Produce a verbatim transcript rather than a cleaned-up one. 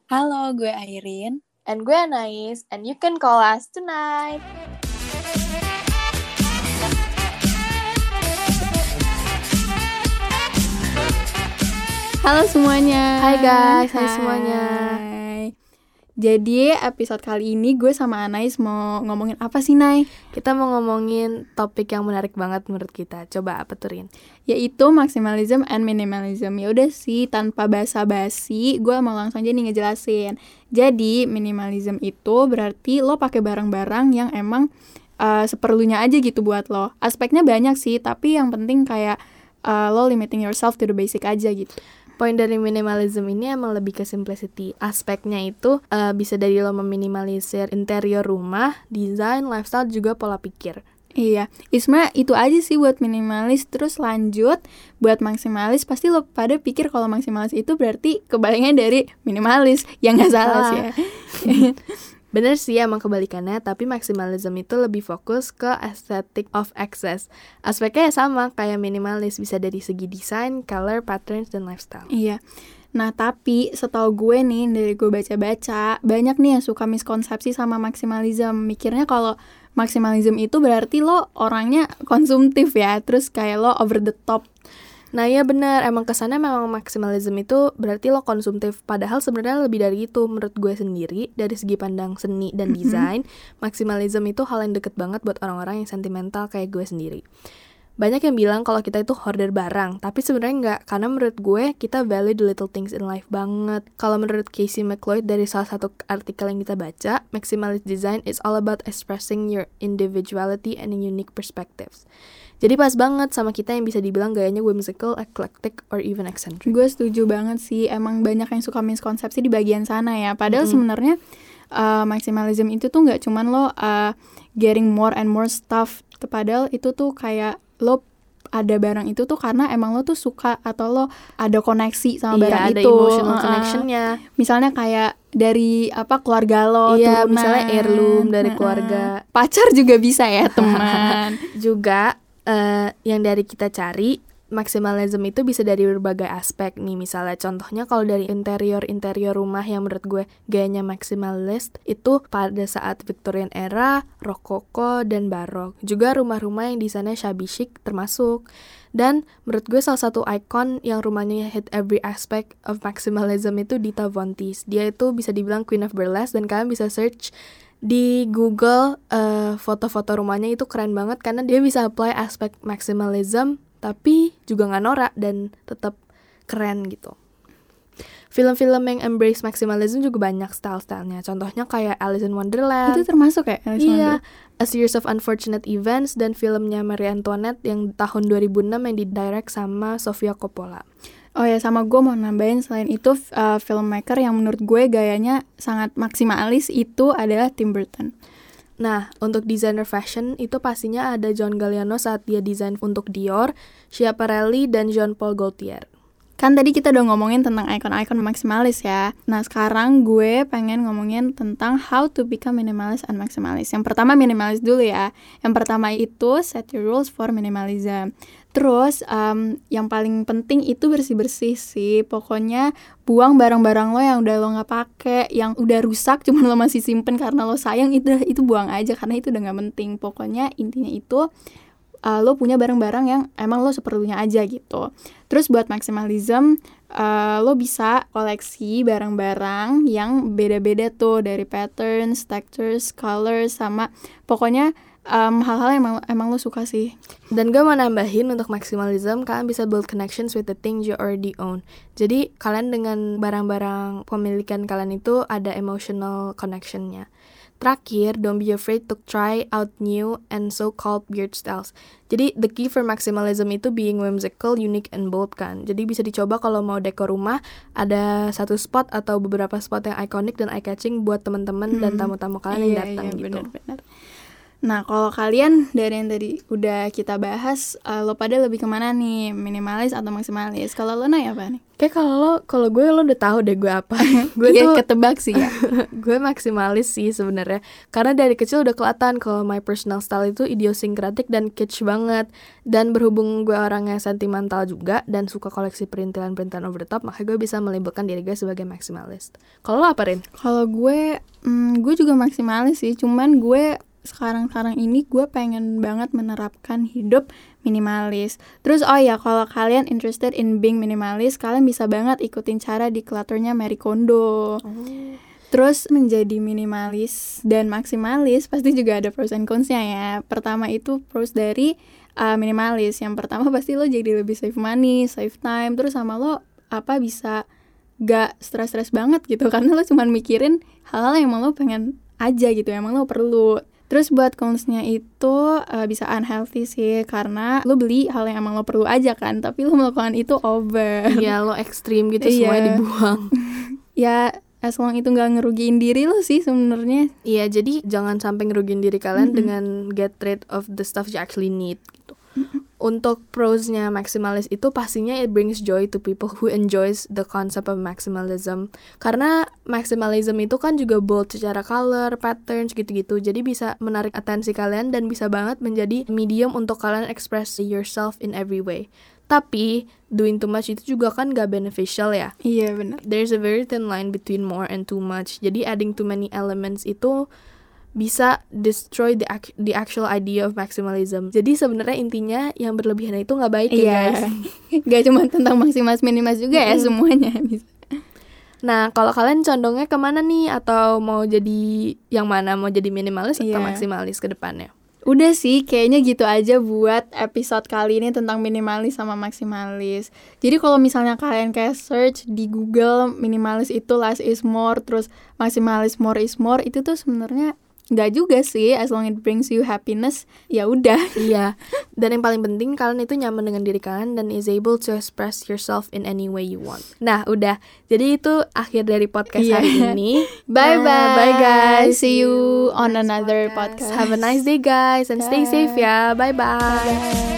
Halo, gue Airin. And gue Anais, and you can call us tonight. Halo semuanya. Hai guys, hai, hai semuanya. Jadi episode kali ini gue sama Anais mau ngomongin apa sih, Nay? Kita mau ngomongin topik yang menarik banget menurut kita. Coba apa tuh, Rin? Yaitu maximalism and minimalism. Ya udah sih, tanpa basa-basi, gue mau langsung aja nih ngejelasin. Jadi minimalism itu berarti lo pakai barang-barang yang emang uh, seperlunya aja gitu buat lo. Aspeknya banyak sih, tapi yang penting kayak uh, lo limiting yourself to the basic aja gitu. Poin dari minimalism ini emang lebih ke simplicity. Aspeknya itu uh, bisa dari lo meminimalisir interior rumah, desain, lifestyle, juga pola pikir. Iya, Isma itu aja sih buat minimalis. Terus lanjut buat maksimalis, pasti lo pada pikir kalau maksimalis itu berarti kebaliknya dari minimalis. Ya gak salah sih ya. Bener sih emang kebalikannya, tapi maximalism itu lebih fokus ke aesthetic of access. Aspeknya ya sama kayak minimalis, bisa dari segi desain, color, patterns, dan lifestyle. Iya. Nah tapi setahu gue nih, dari gue baca-baca, banyak nih yang suka miskonsepsi sama maximalism. Mikirnya kalau maximalism itu berarti lo orangnya konsumtif ya, terus kayak lo over the top. Nah iya benar, emang kesannya memang maximalism itu berarti lo konsumtif. Padahal sebenarnya lebih dari itu. Menurut gue sendiri, dari segi pandang seni dan desain, mm-hmm. maximalism itu hal yang deket banget buat orang-orang yang sentimental kayak gue sendiri. Banyak yang bilang kalau kita itu hoarder barang, tapi sebenarnya enggak, karena menurut gue kita value the little things in life banget. Kalau menurut Casey McLeod dari salah satu artikel yang kita baca, maximalist design is all about expressing your individuality and unique perspectives. Jadi pas banget sama kita yang bisa dibilang gayanya whimsical, eclectic, or even eccentric. Gue setuju banget sih, emang banyak yang suka miskonsepsi di bagian sana ya. Padahal mm-hmm. sebenarnya uh, maximalism itu tuh gak cuman lo uh, getting more and more stuff. Padahal itu tuh kayak lo ada barang itu tuh karena emang lo tuh suka atau lo ada koneksi sama iya, barang ada itu. Emotional uh-uh. connection-nya. Misalnya kayak dari apa keluarga lo, iya, turunan. Misalnya heirloom dari uh-uh. keluarga. Pacar juga bisa ya, teman. Juga uh, yang dari kita cari, maximalism itu bisa dari berbagai aspek nih. Misalnya contohnya kalau dari interior-interior rumah yang menurut gue gayanya maximalist itu pada saat Victorian era, Rococo, dan Barok. Juga rumah-rumah yang desainnya shabby chic termasuk. Dan menurut gue salah satu ikon yang rumahnya hit every aspect of maximalism itu Dita Von Teese. Dia itu bisa dibilang Queen of Burlesque, dan kalian bisa search di Google uh, foto-foto rumahnya. Itu keren banget karena dia bisa apply aspek maximalism tapi juga gak norak dan tetap keren gitu. Film-film yang embrace maximalism juga banyak style-stylenya. Contohnya kayak Alice in Wonderland. Itu termasuk ya Alice in Iya, Wonderland? A Series of Unfortunate Events, dan filmnya Marie Antoinette yang tahun dua ribu enam yang didirect sama Sofia Coppola. Oh ya, sama gue mau nambahin selain itu uh, filmmaker yang menurut gue gayanya sangat maksimalis itu adalah Tim Burton. Nah, untuk desainer fashion itu pastinya ada John Galliano saat dia desain untuk Dior, Schiaparelli, dan Jean Paul Gaultier. Kan tadi kita udah ngomongin tentang ikon-ikon maksimalis ya. Nah sekarang gue pengen ngomongin tentang how to become minimalist and maximalist. Yang pertama minimalis dulu ya. Yang pertama itu set your rules for minimalism. Terus um, yang paling penting itu bersih-bersih sih. Pokoknya buang barang-barang lo yang udah lo gak pake, yang udah rusak cuman lo masih simpen karena lo sayang, itu itu buang aja karena itu udah gak penting. Pokoknya intinya itu Uh, lo punya barang-barang yang emang lo seperlunya aja gitu. Terus buat maximalism, uh, lo bisa koleksi barang-barang yang beda-beda tuh, dari patterns, textures, colors, sama pokoknya um, hal-hal yang emang, emang lo suka sih. Dan gue mau nambahin, untuk maximalism kalian bisa build connections with the things you already own. Jadi kalian dengan barang-barang pemilikan kalian itu ada emotional connectionnya. Terakhir, don't be afraid to try out new and so-called weird styles. Jadi, the key for maximalism itu being whimsical, unique, and bold kan. Jadi bisa dicoba kalau mau dekor rumah, ada satu spot atau beberapa spot yang iconic dan eye-catching buat teman-teman hmm. dan tamu-tamu kalian iya, yang datang iya, gitu. Benar-benar. Nah, kalau kalian dari yang tadi udah kita bahas, uh, lo pada lebih kemana nih, minimalis atau maksimalis? Kalau lo Nay apa nih? Kayak kalau lo, kalau gue lo udah tahu deh gue apa. Gue Iya, tuh ketebak sih ya. gue maksimalis sih sebenarnya. Karena dari kecil udah kelihatan kalau my personal style itu idiosyncratic dan kitsch banget. Dan berhubung gue orangnya sentimental juga dan suka koleksi perintilan-perintilan over the top, makanya gue bisa melabelkan diri gue sebagai maksimalis. Kalau lo apa, Rin? Kalau gue, hmm, gue juga maksimalis sih. Cuman gue sekarang-sekarang ini gue pengen banget menerapkan hidup minimalis. Terus oh ya, kalau kalian interested in being minimalis, kalian bisa banget ikutin cara declutternya Marie Kondo. Oh. Terus menjadi minimalis dan maksimalis pasti juga ada pros and cons-nya ya. Pertama itu pros dari uh, minimalis. Yang pertama pasti lo jadi lebih save money, save time. Terus sama lo apa bisa gak stres-stres banget gitu, karena lo cuma mikirin hal-hal yang emang lo pengen aja gitu, emang lo perlu. Terus buat cons-nya itu uh, bisa unhealthy sih, karena lo beli hal yang emang lo perlu aja kan, tapi lo melakukan itu over. Iya, lo ekstrim gitu, semuanya dibuang. Ya, as long itu nggak ngerugiin diri lo sih sebenarnya. Iya, jadi jangan sampai ngerugiin diri kalian mm-hmm. dengan get rid of the stuff you actually need gitu. Mm-hmm. Untuk prosnya maximalis itu pastinya it brings joy to people who enjoys the concept of maximalism. Karena maximalism itu kan juga bold secara color, patterns gitu-gitu. Jadi bisa menarik atensi kalian dan bisa banget menjadi medium untuk kalian express yourself in every way. Tapi doing too much itu juga kan gak beneficial ya. Iya benar. There's a very thin line between more and too much. Jadi adding too many elements itu bisa destroy the ac- the actual idea of maximalism. Jadi sebenarnya intinya yang berlebihan itu nggak baik ya yeah. guys. Gak cuma tentang maksimalis minimalis juga ya, semuanya bisa. Nah, kalau kalian condongnya kemana nih? Atau mau jadi yang mana? Mau jadi minimalis yeah. atau maksimalis ke depannya? Udah sih, kayaknya gitu aja buat episode kali ini tentang minimalis sama maksimalis. Jadi kalau misalnya kalian kayak search di Google, minimalis itu less is more, terus maksimalis more is more, itu tuh sebenarnya nggak juga sih, as long it brings you happiness, ya udah. Iya. Dan yang paling penting kalian itu nyaman dengan diri kalian dan is able to express yourself in any way you want. Nah, udah. Jadi itu akhir dari podcast yeah. hari ini. Bye bye. Nah, bye guys. See you on another podcast. Have a nice day guys and stay safe ya. Bye bye. Bye.